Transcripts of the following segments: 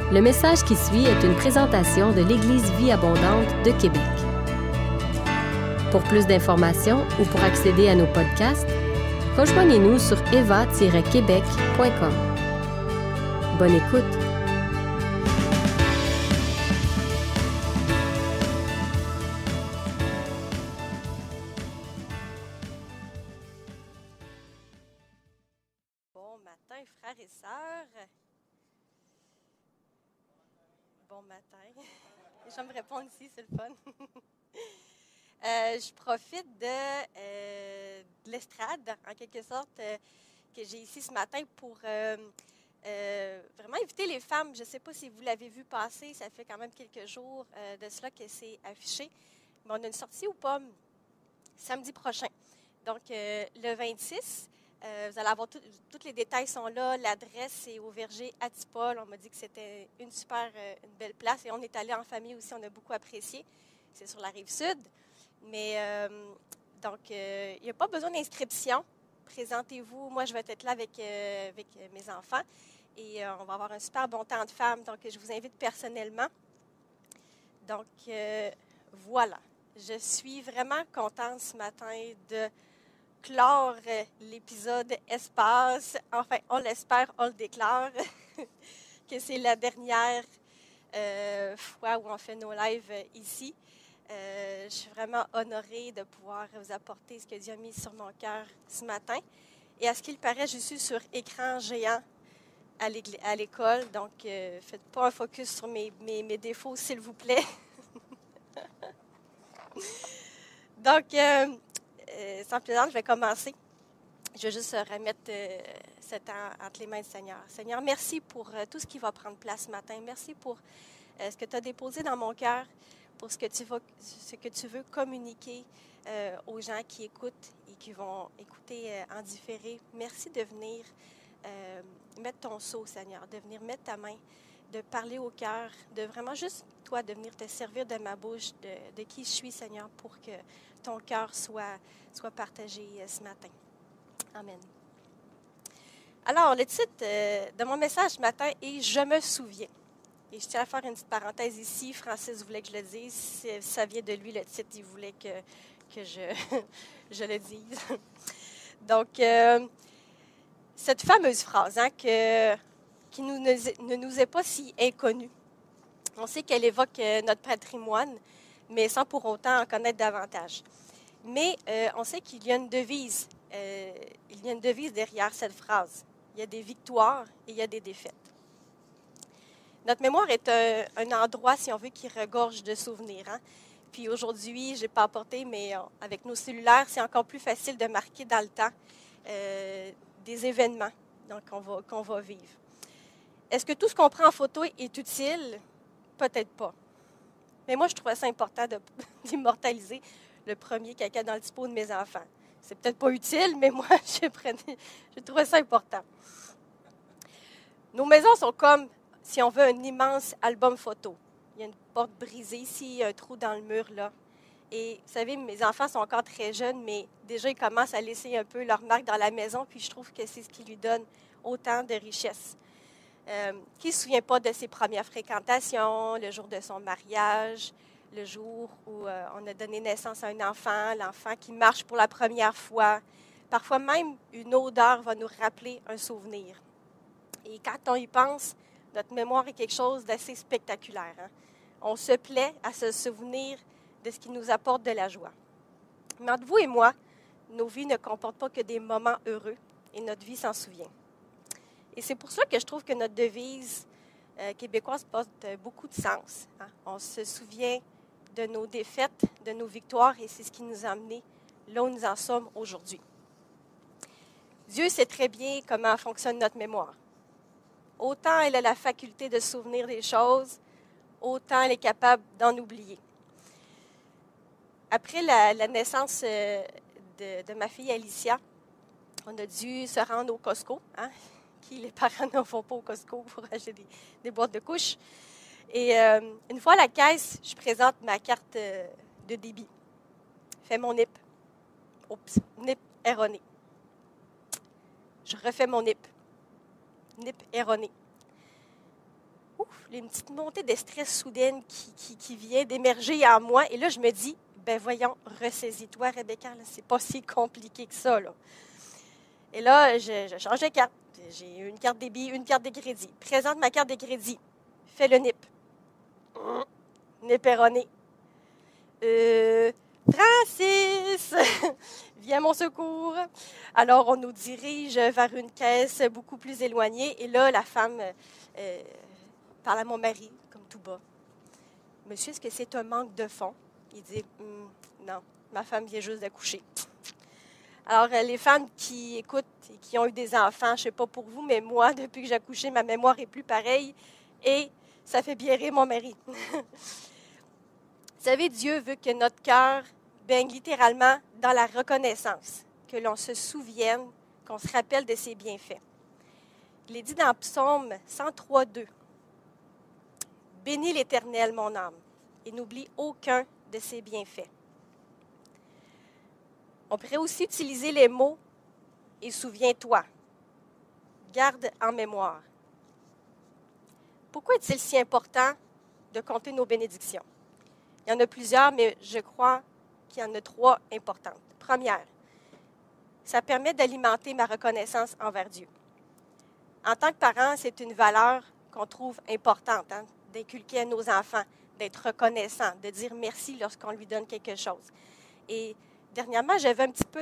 Le message qui suit est une présentation de l'Église Vie Abondante de Québec. Pour plus d'informations ou pour accéder à nos podcasts, rejoignez-nous sur eva-québec.com. Bonne écoute! Bon matin, frères et sœurs. Bon matin. Les gens me répondent ici, c'est le fun. Je profite de l'estrade, en quelque sorte, que j'ai ici ce matin pour vraiment inviter les femmes. Je ne sais pas si vous l'avez vu passer, ça fait quand même quelques jours de cela que c'est affiché. Mais on a une sortie aux pommes samedi prochain. Donc, le 26. Vous allez avoir tous les détails sont là. L'adresse est au verger Attipol. On m'a dit que c'était une belle place. Et on est allé en famille aussi. On a beaucoup apprécié. C'est sur la rive sud. Mais donc, il n'y a pas besoin d'inscription. Présentez-vous. Moi, je vais être là avec mes enfants. Et on va avoir un super bon temps de femmes. Donc, je vous invite personnellement. Donc, voilà. Je suis vraiment contente ce matin de clore l'épisode Espace. Enfin, on l'espère, on le déclare, que c'est la dernière fois où on fait nos lives ici. Je suis vraiment honorée de pouvoir vous apporter ce que Dieu a mis sur mon cœur ce matin. Et à ce qu'il paraît, je suis sur écran géant à l'école, donc faites pas un focus sur mes défauts, s'il vous plaît. Donc, sans plaisir, je vais commencer. Je vais juste remettre ce temps entre les mains du Seigneur. Seigneur, merci pour tout ce qui va prendre place ce matin. Merci pour ce que tu as déposé dans mon cœur, pour ce que tu veux communiquer aux gens qui écoutent et qui vont écouter en différé. Merci de venir mettre ton sceau, Seigneur, de venir mettre ta main, de parler au cœur, de vraiment juste, toi, de venir te servir de ma bouche, de qui je suis, Seigneur, pour que ton cœur soit partagé ce matin. Amen. Alors, le titre de mon message ce matin est « Je me souviens ». Et je tiens à faire une petite parenthèse ici. Francis voulait que je le dise. Ça vient de lui, le titre. Il voulait que je le dise. Donc, cette fameuse phrase qui ne nous est pas si inconnue. On sait qu'elle évoque notre patrimoine, mais sans pour autant en connaître davantage. Mais on sait qu'il y a une devise. Il y a une devise derrière cette phrase. Il y a des victoires et il y a des défaites. Notre mémoire est un endroit, si on veut, qui regorge de souvenirs. Hein? Puis aujourd'hui, je n'ai pas apporté, mais avec nos cellulaires, c'est encore plus facile de marquer dans le temps des événements qu'on va vivre. Est-ce que tout ce qu'on prend en photo est utile? Peut-être pas. Mais moi, je trouvais ça important d'immortaliser le premier caca dans le petit pot de mes enfants. C'est peut-être pas utile, mais moi, je trouvais ça important. Nos maisons sont comme, si on veut, un immense album photo. Il y a une porte brisée ici, un trou dans le mur là. Et vous savez, mes enfants sont encore très jeunes, mais déjà, ils commencent à laisser un peu leur marque dans la maison, puis je trouve que c'est ce qui lui donne autant de richesse. Qui ne se souvient pas de ses premières fréquentations, le jour de son mariage, le jour où on a donné naissance à un enfant, l'enfant qui marche pour la première fois. Parfois même, une odeur va nous rappeler un souvenir. Et quand on y pense, notre mémoire est quelque chose d'assez spectaculaire. Hein? On se plaît à se souvenir de ce qui nous apporte de la joie. Mais entre vous et moi, nos vies ne comportent pas que des moments heureux et notre vie s'en souvient. Et c'est pour ça que je trouve que notre devise québécoise porte beaucoup de sens. Hein? On se souvient de nos défaites, de nos victoires, et c'est ce qui nous a amenés là où nous en sommes aujourd'hui. Dieu sait très bien comment fonctionne notre mémoire. Autant elle a la faculté de se souvenir des choses, autant elle est capable d'en oublier. Après la naissance de ma fille Alicia, on a dû se rendre au Costco, hein? Les parents ne vont pas au Costco pour acheter des boîtes de couches. Et une fois à la caisse, je présente ma carte de débit. Fais mon NIP. Oups, NIP erroné. Je refais mon NIP. NIP erroné. une petite montée de stress soudaine qui vient d'émerger en moi. Et là, je me dis, ben voyons, ressaisis-toi, Rebecca, là, c'est pas si compliqué que ça, là. Et là, je change de carte. J'ai une carte débit, une carte de crédit. Présente ma carte de crédit. Fais le NIP. NIP erroné. Francis, viens à mon secours. Alors, on nous dirige vers une caisse beaucoup plus éloignée. Et là, la femme parle à mon mari, comme tout bas. Monsieur, est-ce que c'est un manque de fonds? Il dit, non, ma femme vient juste d'accoucher. Alors, les femmes qui écoutent et qui ont eu des enfants, je ne sais pas pour vous, mais moi, depuis que j'ai accouché, ma mémoire n'est plus pareille et ça fait bien rire mon mari. Vous savez, Dieu veut que notre cœur baigne littéralement dans la reconnaissance, que l'on se souvienne, qu'on se rappelle de ses bienfaits. Il est dit dans Psaume 103:2. « Bénis l'Éternel, mon âme, et n'oublie aucun de ses bienfaits. » On pourrait aussi utiliser les mots « et souviens-toi »,« garde en mémoire ». Pourquoi est-il si important de compter nos bénédictions? Il y en a plusieurs, mais je crois qu'il y en a 3 importantes. Première, ça permet d'alimenter ma reconnaissance envers Dieu. En tant que parent, c'est une valeur qu'on trouve importante, d'inculquer à nos enfants, d'être reconnaissant, de dire merci lorsqu'on lui donne quelque chose. Et dernièrement, j'avais un petit peu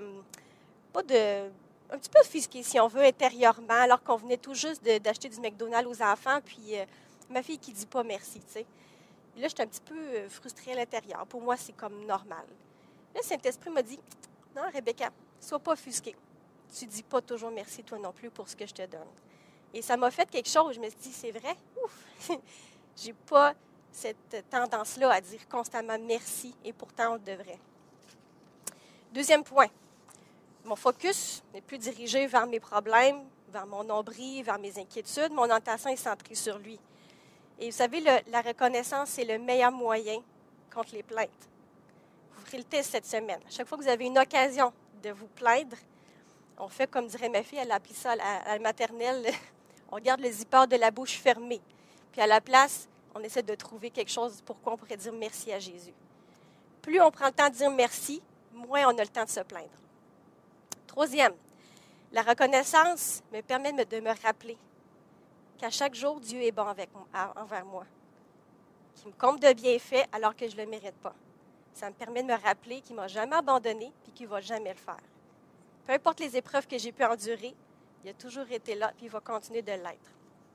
un petit peu offusqué, si on veut, intérieurement, alors qu'on venait tout juste d'acheter du McDonald's aux enfants, puis ma fille qui ne dit pas merci, tu sais. Et là, j'étais un petit peu frustrée à l'intérieur. Pour moi, c'est comme normal. Là, le Saint-Esprit m'a dit, « Non, Rebecca, sois pas offusquée. Tu ne dis pas toujours merci, toi non plus, pour ce que je te donne. » Et ça m'a fait quelque chose. Je me suis dit, c'est vrai, ouf, j'ai pas cette tendance-là à dire constamment merci, et pourtant on devrait. Deuxième point, mon focus n'est plus dirigé vers mes problèmes, vers mon nombril, vers mes inquiétudes. Mon attention est centrée sur lui. Et vous savez, la reconnaissance, c'est le meilleur moyen contre les plaintes. Vous ferez le test cette semaine. À chaque fois que vous avez une occasion de vous plaindre, on fait comme dirait ma fille, elle a appelé ça à la maternelle, on garde le zipper de la bouche fermé. Puis à la place, on essaie de trouver quelque chose pourquoi on pourrait dire merci à Jésus. Plus on prend le temps de dire merci, moins on a le temps de se plaindre. Troisième, la reconnaissance me permet de me rappeler qu'à chaque jour, Dieu est bon envers moi, qu'il me comble de bienfaits alors que je ne le mérite pas. Ça me permet de me rappeler qu'il ne m'a jamais abandonné et qu'il ne va jamais le faire. Peu importe les épreuves que j'ai pu endurer, il a toujours été là et il va continuer de l'être.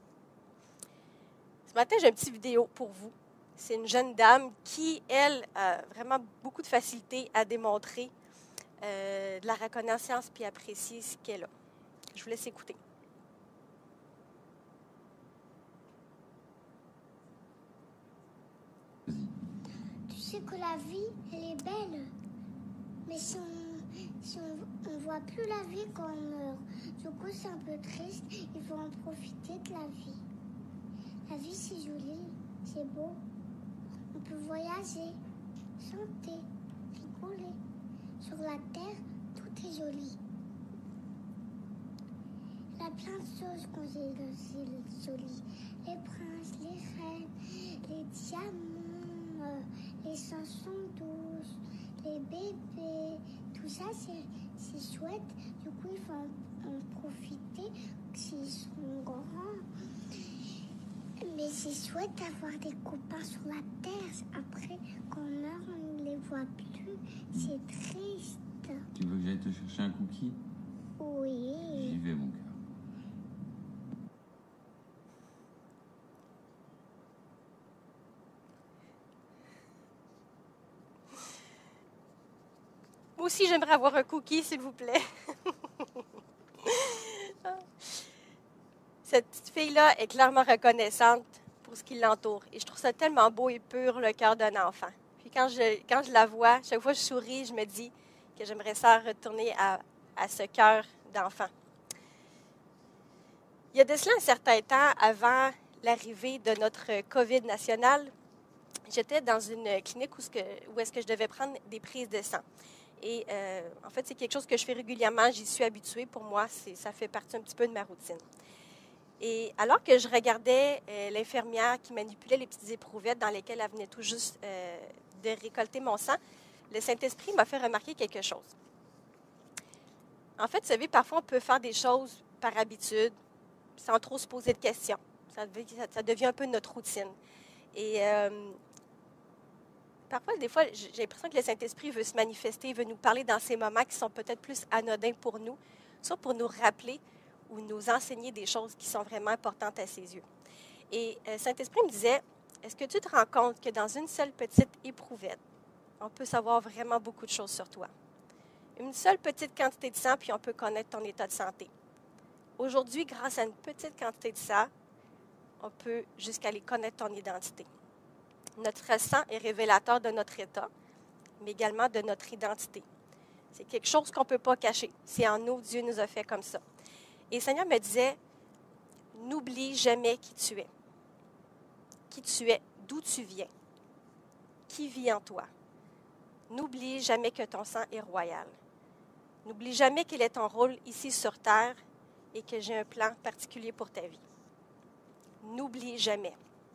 Ce matin, j'ai une petite vidéo pour vous. C'est une jeune dame qui, elle, a vraiment beaucoup de facilité à démontrer de la reconnaissance puis apprécier ce qu'elle a. Je vous laisse écouter. Tu sais que la vie, elle est belle. Mais si on ne voit plus la vie quand on meurt, du coup c'est un peu triste, il faut en profiter de la vie. La vie c'est joli, c'est beau. On peut voyager, chanter, rigoler. Sur la terre, tout est joli. Il y a plein de choses qu'on dit jolies. Les princes, les reines, les diamants, les chansons douces, les bébés. Tout ça, c'est chouette. Du coup, il faut en profiter s'ils sont grands. Mais c'est chouette d'avoir des copains sur la terre. Après, quand on meurt, on ne les voit plus. C'est triste. Tu veux que j'aille te chercher un cookie? Oui. J'y vais, mon cœur. Moi aussi, j'aimerais avoir un cookie, s'il vous plaît. Cette petite fille-là est clairement reconnaissante pour ce qui l'entoure. Et je trouve ça tellement beau et pur, le cœur d'un enfant. Puis quand je la vois, chaque fois que je souris, je me dis que j'aimerais ça retourner à ce cœur d'enfant. Il y a de cela un certain temps, avant l'arrivée de notre COVID national, j'étais dans une clinique où est-ce que je devais prendre des prises de sang. Et en fait, c'est quelque chose que je fais régulièrement. J'y suis habituée. Pour moi, ça fait partie un petit peu de ma routine. Et alors que je regardais l'infirmière qui manipulait les petites éprouvettes dans lesquelles elle venait tout juste de récolter mon sang, le Saint-Esprit m'a fait remarquer quelque chose. En fait, vous savez, parfois on peut faire des choses par habitude, sans trop se poser de questions. Ça devient un peu notre routine. Et parfois, des fois, j'ai l'impression que le Saint-Esprit veut se manifester, veut nous parler dans ces moments qui sont peut-être plus anodins pour nous, soit pour nous rappeler ou nous enseigner des choses qui sont vraiment importantes à ses yeux. Et Saint-Esprit me disait, est-ce que tu te rends compte que dans une seule petite éprouvette, on peut savoir vraiment beaucoup de choses sur toi? Une seule petite quantité de sang, puis on peut connaître ton état de santé. Aujourd'hui, grâce à une petite quantité de sang, on peut jusqu'à aller connaître ton identité. Notre sang est révélateur de notre état, mais également de notre identité. C'est quelque chose qu'on ne peut pas cacher. C'est en nous, Dieu nous a fait comme ça. Et le Seigneur me disait, n'oublie jamais qui tu es. Qui tu es, d'où tu viens, qui vit en toi. N'oublie jamais que ton sang est royal. N'oublie jamais quel est ton rôle ici sur terre et que j'ai un plan particulier pour ta vie. N'oublie jamais.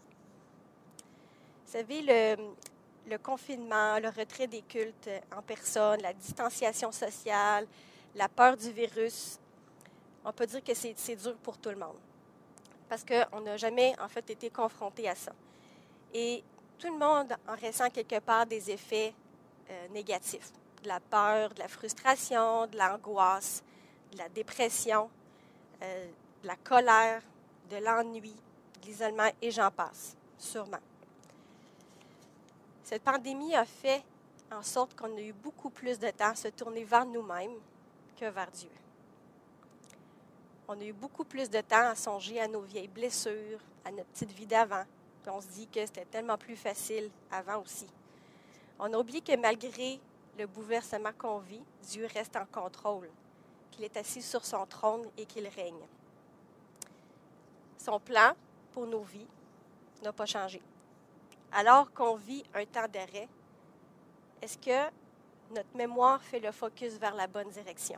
Vous savez, le confinement, le retrait des cultes en personne, la distanciation sociale, la peur du virus, on peut dire que c'est dur pour tout le monde. Parce qu'on n'a jamais, en fait, été confronté à ça. Et tout le monde en ressent quelque part des effets négatifs. De la peur, de la frustration, de l'angoisse, de la dépression, de la colère, de l'ennui, de l'isolement, et j'en passe, sûrement. Cette pandémie a fait en sorte qu'on a eu beaucoup plus de temps à se tourner vers nous-mêmes que vers Dieu. On a eu beaucoup plus de temps à songer à nos vieilles blessures, à notre petite vie d'avant. Puis on se dit que c'était tellement plus facile avant aussi. On a oublié que malgré le bouleversement qu'on vit, Dieu reste en contrôle, qu'il est assis sur son trône et qu'il règne. Son plan pour nos vies n'a pas changé. Alors qu'on vit un temps d'arrêt, est-ce que notre mémoire fait le focus vers la bonne direction?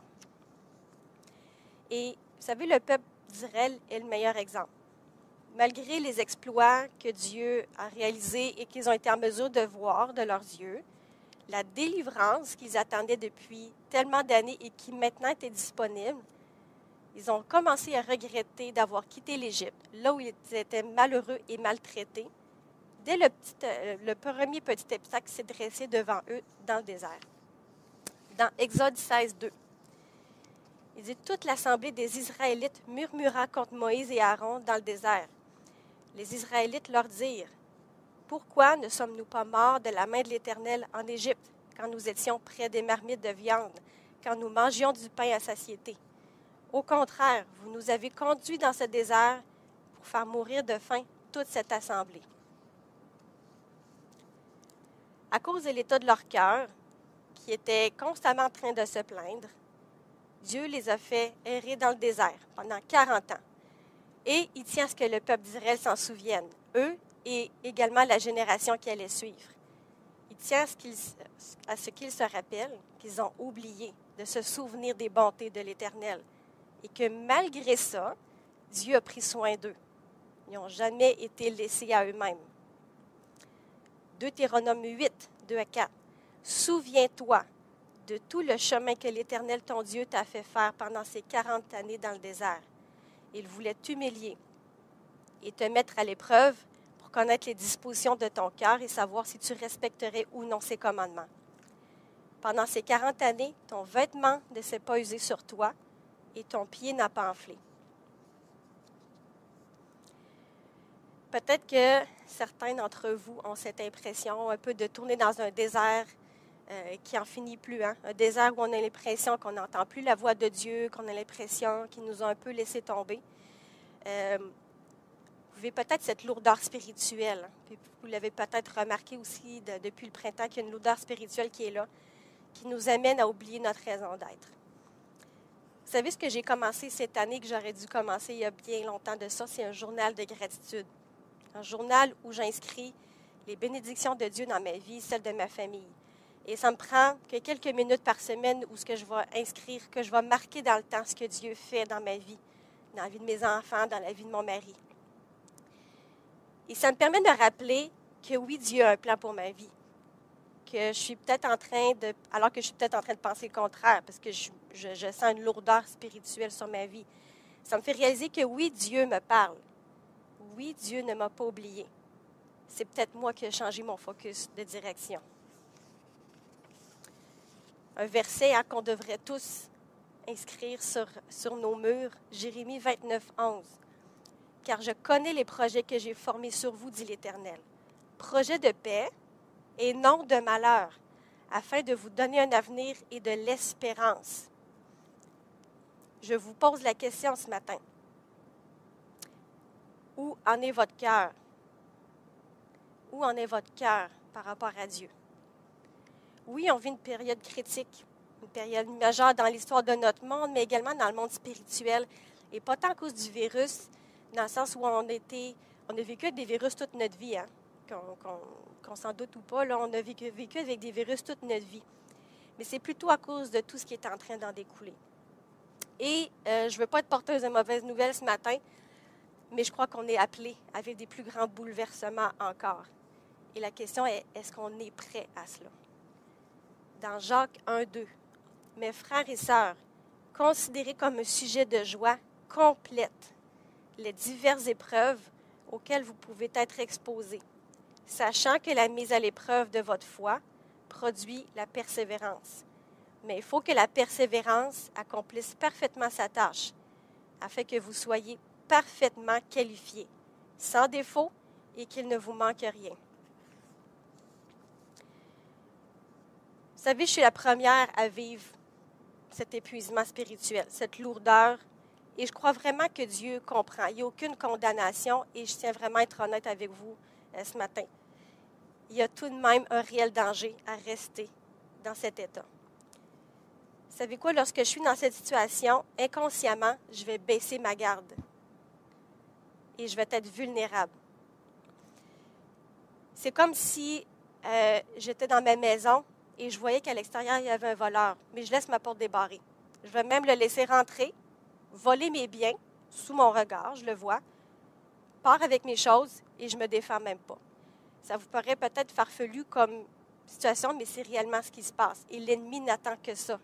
Et vous savez, le peuple d'Israël est le meilleur exemple. Malgré les exploits que Dieu a réalisés et qu'ils ont été en mesure de voir de leurs yeux, la délivrance qu'ils attendaient depuis tellement d'années et qui maintenant était disponible, ils ont commencé à regretter d'avoir quitté l'Égypte, là où ils étaient malheureux et maltraités, dès le premier petit obstacle qui s'est dressé devant eux dans le désert. Dans Exode 16, 2. Il dit, toute l'assemblée des Israélites murmura contre Moïse et Aaron dans le désert. Les Israélites leur dirent, pourquoi ne sommes-nous pas morts de la main de l'Éternel en Égypte, quand nous étions près des marmites de viande, quand nous mangions du pain à satiété? Au contraire, vous nous avez conduits dans ce désert pour faire mourir de faim toute cette assemblée. À cause de l'état de leur cœur, qui était constamment en train de se plaindre, Dieu les a fait errer dans le désert pendant 40 ans. Et il tient à ce que le peuple d'Israël s'en souvienne, eux et également la génération qui allait suivre. Il tient à ce qu'ils se rappellent qu'ils ont oublié de se souvenir des bontés de l'Éternel et que malgré ça, Dieu a pris soin d'eux. Ils n'ont jamais été laissés à eux-mêmes. Deutéronome 8, 2 à 4. Souviens-toi de tout le chemin que l'Éternel, ton Dieu, t'a fait faire pendant ces 40 années dans le désert. Il voulait t'humilier et te mettre à l'épreuve pour connaître les dispositions de ton cœur et savoir si tu respecterais ou non ses commandements. Pendant ces 40 années, ton vêtement ne s'est pas usé sur toi et ton pied n'a pas enflé. Peut-être que certains d'entre vous ont cette impression un peu de tourner dans un désert qui n'en finit plus. Hein? Un désert où on a l'impression qu'on n'entend plus la voix de Dieu, qu'on a l'impression qu'il nous a un peu laissé tomber. Vous vivez peut-être cette lourdeur spirituelle. Puis vous l'avez peut-être remarqué aussi depuis le printemps qu'il y a une lourdeur spirituelle qui est là, qui nous amène à oublier notre raison d'être. Vous savez ce que j'ai commencé cette année, que j'aurais dû commencer il y a bien longtemps de ça, c'est un journal de gratitude. Un journal où j'inscris les bénédictions de Dieu dans ma vie, celles de ma famille. Et ça me prend que quelques minutes par semaine où ce que je vais inscrire, que je vais marquer dans le temps ce que Dieu fait dans ma vie, dans la vie de mes enfants, dans la vie de mon mari. Et ça me permet de me rappeler que oui, Dieu a un plan pour ma vie. Que je suis peut-être alors que je suis peut-être en train de penser le contraire, parce que je sens une lourdeur spirituelle sur ma vie. Ça me fait réaliser que oui, Dieu me parle. Oui, Dieu ne m'a pas oublié. C'est peut-être moi qui ai changé mon focus de direction. Un verset qu'on devrait tous inscrire sur nos murs, Jérémie 29, 11. « Car je connais les projets que j'ai formés sur vous, dit l'Éternel. Projets de paix et non de malheur, afin de vous donner un avenir et de l'espérance. » Je vous pose la question ce matin. Où en est votre cœur? Où en est votre cœur par rapport à Dieu? Oui, on vit une période critique, une période majeure dans l'histoire de notre monde, mais également dans le monde spirituel. Et pas tant à cause du virus, dans le sens où on a vécu avec des virus toute notre vie, hein? Qu'on s'en doute ou pas, là, on a vécu avec des virus toute notre vie. Mais c'est plutôt à cause de tout ce qui est en train d'en découler. Et je ne veux pas être porteuse de mauvaises nouvelles ce matin, mais je crois qu'on est appelé à vivre des plus grands bouleversements encore. Et la question est, est-ce qu'on est prêt à cela? Dans Jacques 1:2, « Mes frères et sœurs, considérez comme un sujet de joie complète les diverses épreuves auxquelles vous pouvez être exposés, sachant que la mise à l'épreuve de votre foi produit la persévérance. Mais il faut que la persévérance accomplisse parfaitement sa tâche, afin que vous soyez parfaitement qualifiés, sans défaut et qu'il ne vous manque rien. » Vous savez, je suis la première à vivre cet épuisement spirituel, cette lourdeur, et je crois vraiment que Dieu comprend. Il n'y a aucune condamnation, et je tiens vraiment à être honnête avec vous ce matin. Il y a tout de même un réel danger à rester dans cet état. Vous savez quoi? Lorsque je suis dans cette situation, inconsciemment, je vais baisser ma garde et je vais être vulnérable. C'est comme si j'étais dans ma maison et je voyais qu'à l'extérieur, il y avait un voleur, mais je laisse ma porte débarrée. Je vais même le laisser rentrer, voler mes biens sous mon regard, je le vois, pars avec mes choses et je ne me défends même pas. Ça vous paraît peut-être farfelu comme situation, mais c'est réellement ce qui se passe. Et l'ennemi n'attend que ça.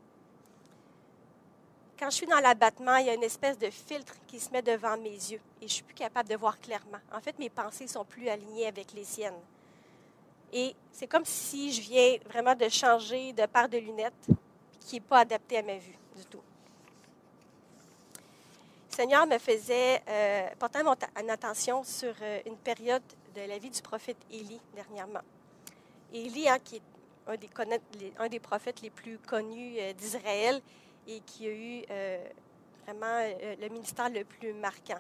Quand je suis dans l'abattement, il y a une espèce de filtre qui se met devant mes yeux et je ne suis plus capable de voir clairement. En fait, mes pensées ne sont plus alignées avec les siennes. Et c'est comme si je viens vraiment de changer de paire de lunettes qui n'est pas adaptée à ma vue du tout. Le Seigneur me faisait porter mon attention sur une période de la vie du prophète Élie dernièrement. Élie, qui est un des prophètes les plus connus d'Israël et qui a eu vraiment le ministère le plus marquant.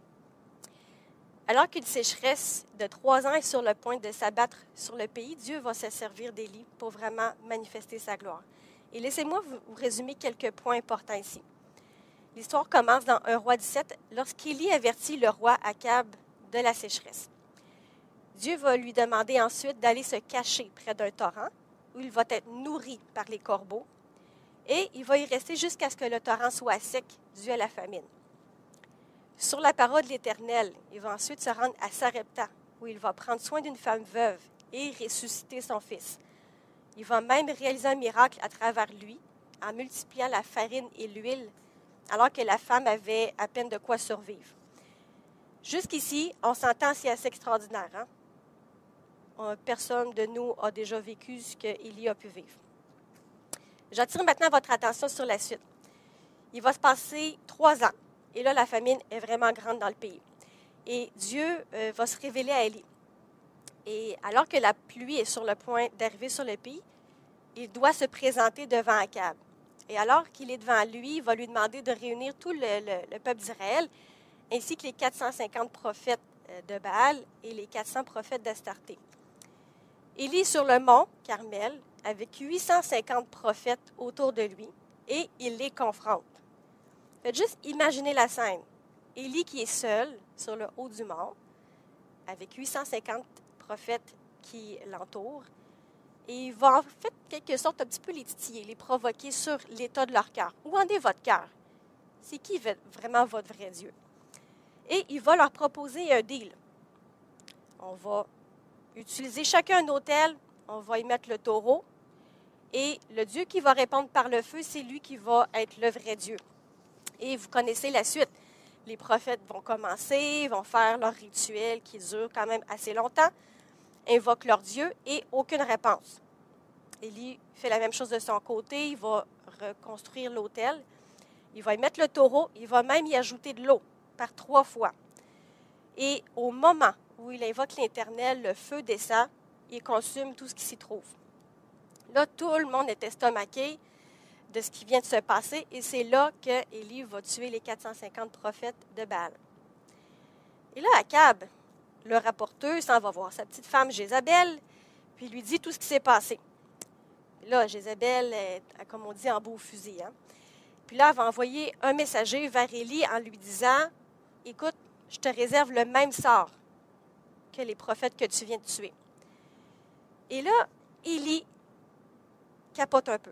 Alors qu'une sécheresse de 3 ans est sur le point de s'abattre sur le pays, Dieu va se servir d'Élie pour vraiment manifester sa gloire. Et laissez-moi vous résumer quelques points importants ici. L'histoire commence dans 1 Roi 17, lorsqu'Élie avertit le roi Akab de la sécheresse. Dieu va lui demander ensuite d'aller se cacher près d'un torrent où il va être nourri par les corbeaux et il va y rester jusqu'à ce que le torrent soit sec dû à la famine. Sur la parole de l'Éternel, il va ensuite se rendre à Sarepta, où il va prendre soin d'une femme veuve et ressusciter son fils. Il va même réaliser un miracle à travers lui, en multipliant la farine et l'huile, alors que la femme avait à peine de quoi survivre. Jusqu'ici, on s'entend, c'est assez extraordinaire. Hein? Personne de nous a déjà vécu ce qu'Élie a pu vivre. J'attire maintenant votre attention sur la suite. Il va se passer 3 ans. Et là, la famine est vraiment grande dans le pays. Et Dieu va se révéler à Élie. Et alors que la pluie est sur le point d'arriver sur le pays, il doit se présenter devant Akab. Et alors qu'il est devant lui, il va lui demander de réunir tout le peuple d'Israël, ainsi que les 450 prophètes de Baal et les 400 prophètes d'Astarté. Élie est sur le mont Carmel avec 850 prophètes autour de lui et il les confronte. Faites juste imaginer la scène. Élie qui est seul sur le haut du mont, avec 850 prophètes qui l'entourent, et il va en fait, quelque sorte, un petit peu les titiller, les provoquer sur l'état de leur cœur. Où en est votre cœur? C'est qui vraiment votre vrai Dieu? Et il va leur proposer un deal. On va utiliser chacun un autel, on va y mettre le taureau, et le Dieu qui va répondre par le feu, c'est lui qui va être le vrai Dieu. Et vous connaissez la suite. Les prophètes vont commencer, vont faire leur rituel qui dure quand même assez longtemps, invoquent leur Dieu et aucune réponse. Élie fait la même chose de son côté, il va reconstruire l'autel, il va y mettre le taureau, il va même y ajouter de l'eau par 3 fois. Et au moment où il invoque l'Éternel, le feu descend et consume tout ce qui s'y trouve. Là, tout le monde est estomaqué de ce qui vient de se passer et c'est là qu'Élie va tuer les 450 prophètes de Baal. Et là, Akab, le rapporteur, s'en va voir sa petite femme Jézabel, puis il lui dit tout ce qui s'est passé. Là, Jézabel est, comme on dit, en beau fusil. Puis là, elle va envoyer un messager vers Élie en lui disant « Écoute, je te réserve le même sort que les prophètes que tu viens de tuer. » Et là, Élie capote un peu.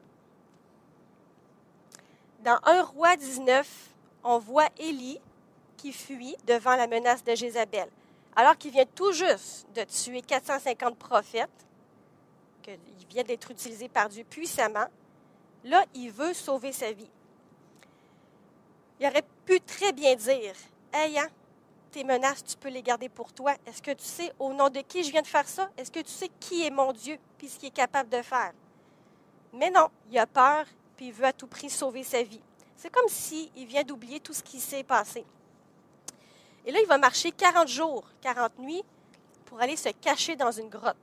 Dans 1 Roi 19, on voit Élie qui fuit devant la menace de Jézabel. Alors qu'il vient tout juste de tuer 450 prophètes, qu'il vient d'être utilisé par Dieu puissamment, là, il veut sauver sa vie. Il aurait pu très bien dire « Hey, tes menaces, tu peux les garder pour toi. Est-ce que tu sais au nom de qui je viens de faire ça? Est-ce que tu sais qui est mon Dieu puis ce qu'il est capable de faire? » Mais non, il a peur puis il veut à tout prix sauver sa vie. C'est comme s'il vient d'oublier tout ce qui s'est passé. Et là, il va marcher 40 jours, 40 nuits pour aller se cacher dans une grotte.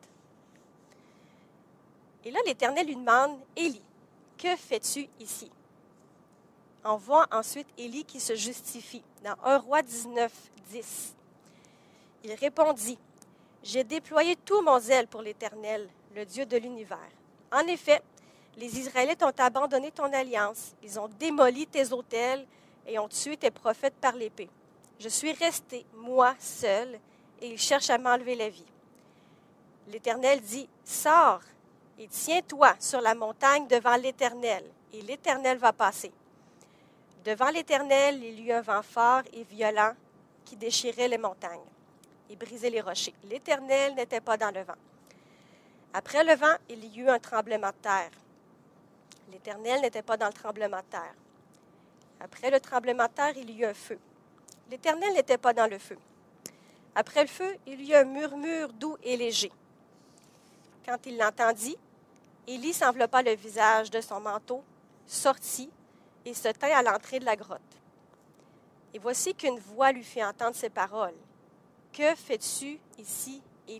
Et là, l'Éternel lui demande « Élie, que fais-tu ici? » On voit ensuite Élie qui se justifie dans 1 Roi 19, 10. Il répondit « J'ai déployé tout mon zèle pour l'Éternel, le Dieu de l'univers. En effet, les Israélites ont abandonné ton alliance, ils ont démoli tes autels et ont tué tes prophètes par l'épée. Je suis resté, moi, seul, et ils cherchent à m'enlever la vie. » L'Éternel dit « Sors et tiens-toi sur la montagne devant l'Éternel, et l'Éternel va passer. » Devant l'Éternel, il y eut un vent fort et violent qui déchirait les montagnes et brisait les rochers. L'Éternel n'était pas dans le vent. Après le vent, il y eut un tremblement de terre. L'Éternel n'était pas dans le tremblement de terre. Après le tremblement de terre, il y eut un feu. L'Éternel n'était pas dans le feu. Après le feu, il y eut un murmure doux et léger. Quand il l'entendit, Élie s'enveloppa le visage de son manteau, sortit et se tint à l'entrée de la grotte. Et voici qu'une voix lui fit entendre ces paroles. « Que fais-tu ici, Élie? »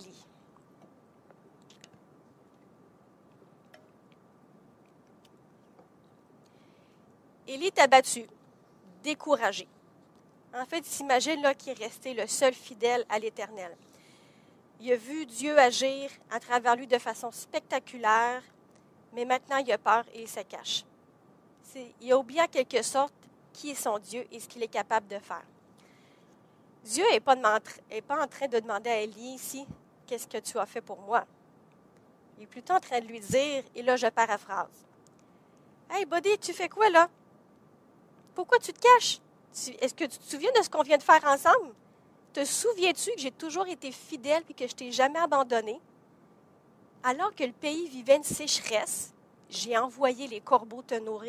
Élie est abattu, découragé. En fait, il s'imagine là qu'il est resté le seul fidèle à l'Éternel. Il a vu Dieu agir à travers lui de façon spectaculaire, mais maintenant il a peur et il se cache. Il a oublié en quelque sorte qui est son Dieu et ce qu'il est capable de faire. Dieu n'est pas en train de demander à Élie ici, « Qu'est-ce que tu as fait pour moi? » Il est plutôt en train de lui dire, et là je paraphrase, « Hey buddy, tu fais quoi là? Pourquoi tu te caches? Est-ce que tu te souviens de ce qu'on vient de faire ensemble? Te souviens-tu que j'ai toujours été fidèle et que je ne t'ai jamais abandonné? Alors que le pays vivait une sécheresse, j'ai envoyé les corbeaux te nourrir. »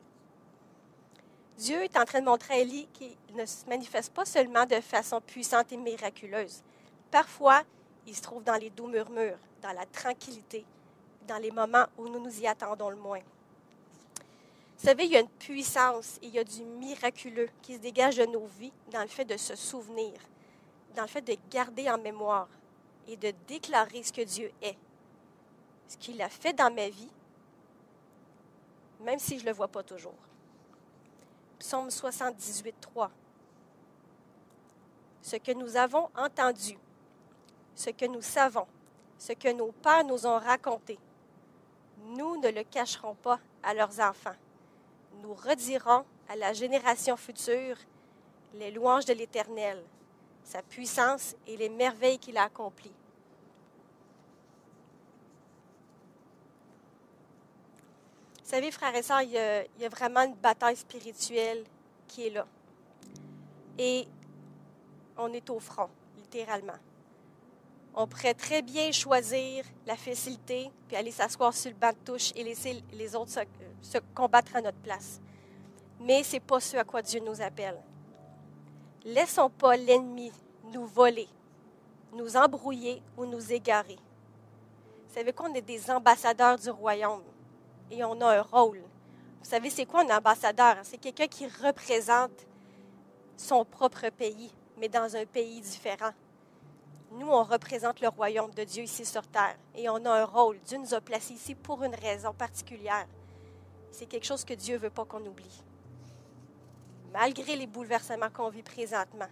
Dieu est en train de montrer à Élie qu'il ne se manifeste pas seulement de façon puissante et miraculeuse. Parfois, il se trouve dans les doux murmures, dans la tranquillité, dans les moments où nous nous y attendons le moins. Vous savez, il y a une puissance et il y a du miraculeux qui se dégage de nos vies dans le fait de se souvenir, dans le fait de garder en mémoire et de déclarer ce que Dieu est, ce qu'il a fait dans ma vie, même si je ne le vois pas toujours. Psaume 78, 3. Ce que nous avons entendu, ce que nous savons, ce que nos pères nous ont raconté, nous ne le cacherons pas à leurs enfants. Nous redirons à la génération future les louanges de l'Éternel, sa puissance et les merveilles qu'il a accomplies. Vous savez, frères et sœurs, il y a vraiment une bataille spirituelle qui est là. Et on est au front, littéralement. On pourrait très bien choisir la facilité, puis aller s'asseoir sur le banc de touche et laisser les autres se combattre à notre place. Mais ce n'est pas ce à quoi Dieu nous appelle. Laissons pas l'ennemi nous voler, nous embrouiller ou nous égarer. Vous savez qu'on est des ambassadeurs du royaume et on a un rôle. Vous savez, c'est quoi un ambassadeur? C'est quelqu'un qui représente son propre pays, mais dans un pays différent. Nous, on représente le royaume de Dieu ici sur terre et on a un rôle. Dieu nous a placés ici pour une raison particulière. C'est quelque chose que Dieu ne veut pas qu'on oublie. Malgré les bouleversements qu'on vit présentement.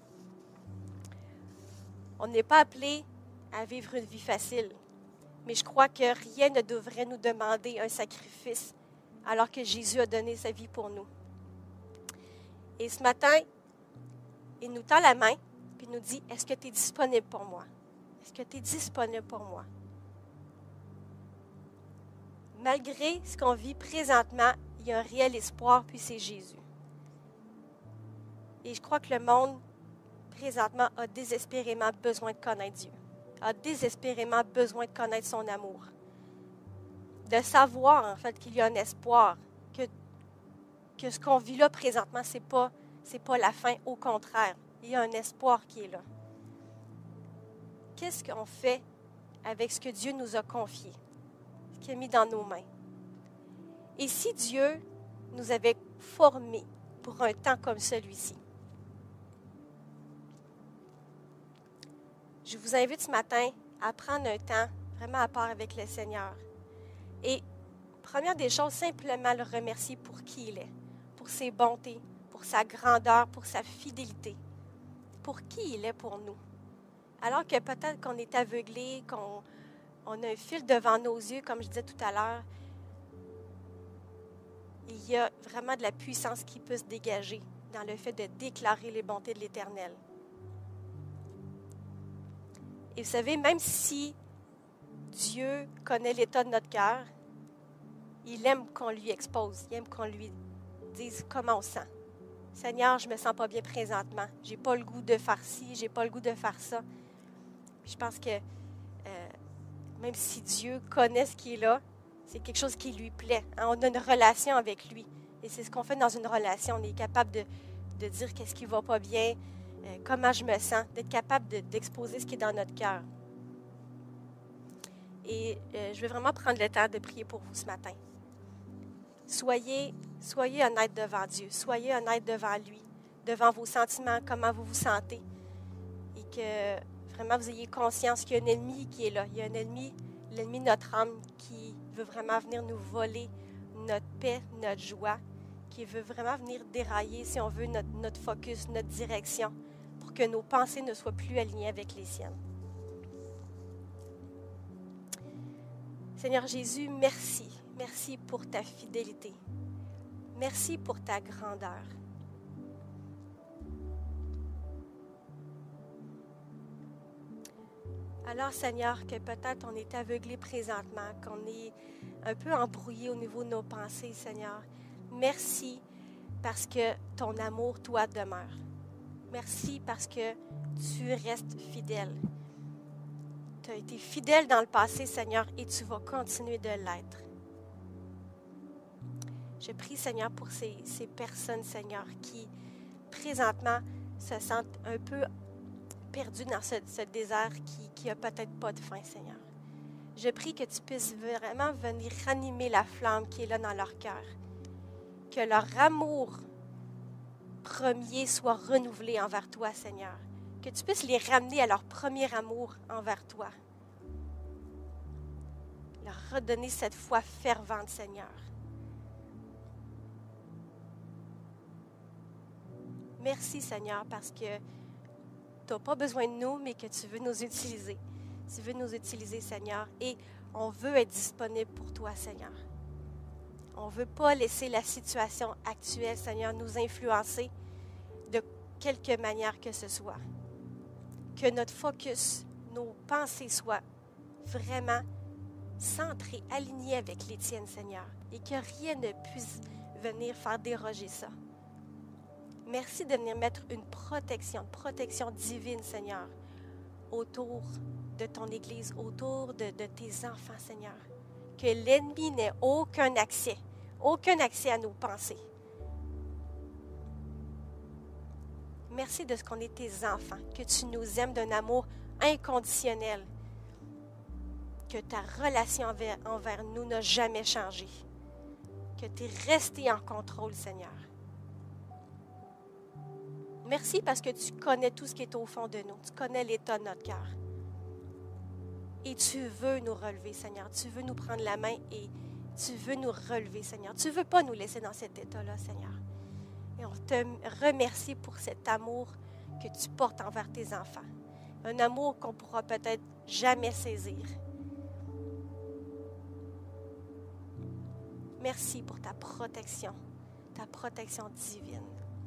On n'est pas appelé à vivre une vie facile, mais je crois que rien ne devrait nous demander un sacrifice alors que Jésus a donné sa vie pour nous. Et ce matin, il nous tend la main et nous dit, est-ce que tu es disponible pour moi? Est-ce que tu es disponible pour moi? Malgré ce qu'on vit présentement, il y a un réel espoir, puis c'est Jésus. Et je crois que le monde, présentement, a désespérément besoin de connaître Dieu, a désespérément besoin de connaître son amour, de savoir, en fait, qu'il y a un espoir, que ce qu'on vit là présentement, c'est pas la fin, au contraire, il y a un espoir qui est là. Qu'est-ce qu'on fait avec ce que Dieu nous a confié, ce qu'il a mis dans nos mains? Et si Dieu nous avait formés pour un temps comme celui-ci? Je vous invite ce matin à prendre un temps vraiment à part avec le Seigneur. Et première des choses, simplement le remercier pour qui il est, pour ses bontés, pour sa grandeur, pour sa fidélité, pour qui il est pour nous. Alors que peut-être qu'on est aveuglé, qu'on a un fil devant nos yeux, comme je disais tout à l'heure, il y a vraiment de la puissance qui peut se dégager dans le fait de déclarer les bontés de l'Éternel. Et vous savez, même si Dieu connaît l'état de notre cœur, il aime qu'on lui expose, il aime qu'on lui dise comment on se sent. Seigneur, je ne me sens pas bien présentement. Je n'ai pas le goût de faire ci, je n'ai pas le goût de faire ça. Puis je pense que même si Dieu connaît ce qui est là, c'est quelque chose qui lui plaît. Hein? On a une relation avec lui. Et c'est ce qu'on fait dans une relation. On est capable de dire qu'est-ce qui ne va pas bien, comment je me sens, d'être capable d'exposer ce qui est dans notre cœur. Et je vais vraiment prendre le temps de prier pour vous ce matin. Soyez honnête devant Dieu. Soyez honnête devant lui, devant vos sentiments, comment vous vous sentez. Et que vraiment vous ayez conscience qu'il y a un ennemi qui est là. Il y a un ennemi, l'ennemi de notre âme qui veut vraiment venir nous voler notre paix, notre joie, qui veut vraiment venir dérailler, si on veut, notre focus, notre direction, pour que nos pensées ne soient plus alignées avec les siennes. Seigneur Jésus, merci. Merci pour ta fidélité. Merci pour ta grandeur. Alors, Seigneur, que peut-être on est aveuglé présentement, qu'on est un peu embrouillé au niveau de nos pensées, Seigneur. Merci parce que ton amour, toi, demeure. Merci parce que tu restes fidèle. Tu as été fidèle dans le passé, Seigneur, et tu vas continuer de l'être. Je prie, Seigneur, pour ces personnes, Seigneur, qui, présentement, se sentent un peu perdues dans ce désert qui n'a peut-être pas de fin, Seigneur. Je prie que tu puisses vraiment venir ranimer la flamme qui est là dans leur cœur. Que leur amour premier soit renouvelé envers toi, Seigneur. Que tu puisses les ramener à leur premier amour envers toi. Leur redonner cette foi fervente, Seigneur. Merci, Seigneur, parce que tu n'as pas besoin de nous, mais que tu veux nous utiliser. Tu veux nous utiliser, Seigneur, et on veut être disponible pour toi, Seigneur. On ne veut pas laisser la situation actuelle, Seigneur, nous influencer de quelque manière que ce soit. Que notre focus, nos pensées soient vraiment centrées, alignées avec les tiennes, Seigneur, et que rien ne puisse venir faire déroger ça. Merci de venir mettre une protection divine, Seigneur, autour de ton Église, autour de tes enfants, Seigneur. Que l'ennemi n'ait aucun accès à nos pensées. Merci de ce qu'on est tes enfants, que tu nous aimes d'un amour inconditionnel, que ta relation envers nous n'a jamais changé, que tu es resté en contrôle, Seigneur. Merci parce que tu connais tout ce qui est au fond de nous. Tu connais l'état de notre cœur. Et tu veux nous relever, Seigneur. Tu veux nous prendre la main et tu veux nous relever, Seigneur. Tu ne veux pas nous laisser dans cet état-là, Seigneur. Et on te remercie pour cet amour que tu portes envers tes enfants. Un amour qu'on ne pourra peut-être jamais saisir. Merci pour ta protection divine.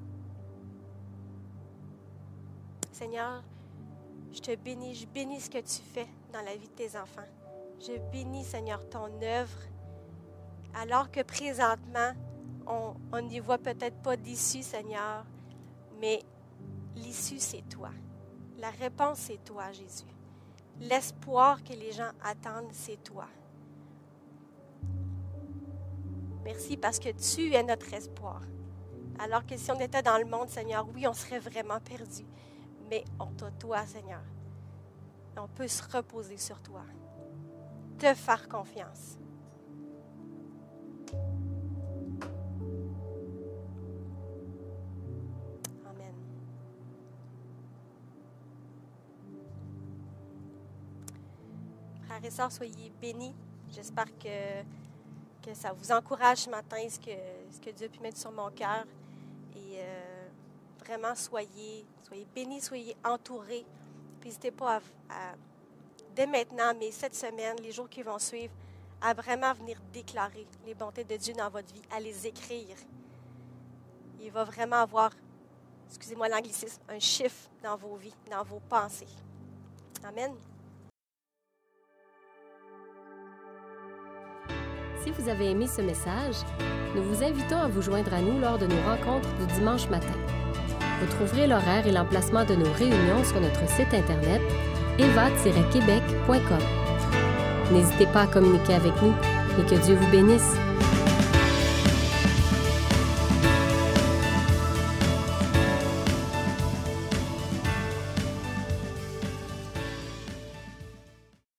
Seigneur, je bénis ce que tu fais dans la vie de tes enfants. Je bénis, Seigneur, ton œuvre, alors que présentement, on n'y voit peut-être pas d'issue, Seigneur, mais l'issue, c'est toi. La réponse, c'est toi, Jésus. L'espoir que les gens attendent, c'est toi. Merci parce que tu es notre espoir. Alors que si on était dans le monde, Seigneur, oui, on serait vraiment perdus. Mais on t'a toi, Seigneur. Et on peut se reposer sur toi. Te faire confiance. Amen. Frères et sœurs, soyez bénis. J'espère que ça vous encourage ce matin, ce que Dieu a pu mettre sur mon cœur. Et vraiment, soyez bénis, soyez entourés. Puis n'hésitez pas dès maintenant, mais cette semaine, les jours qui vont suivre, à vraiment venir déclarer les bontés de Dieu dans votre vie, à les écrire. Il va vraiment avoir, excusez-moi l'anglicisme, un chiffre dans vos vies, dans vos pensées. Amen. Si vous avez aimé ce message, nous vous invitons à vous joindre à nous lors de nos rencontres du dimanche matin. Vous trouverez l'horaire et l'emplacement de nos réunions sur notre site internet eva-québec.com. N'hésitez pas à communiquer avec nous et que Dieu vous bénisse.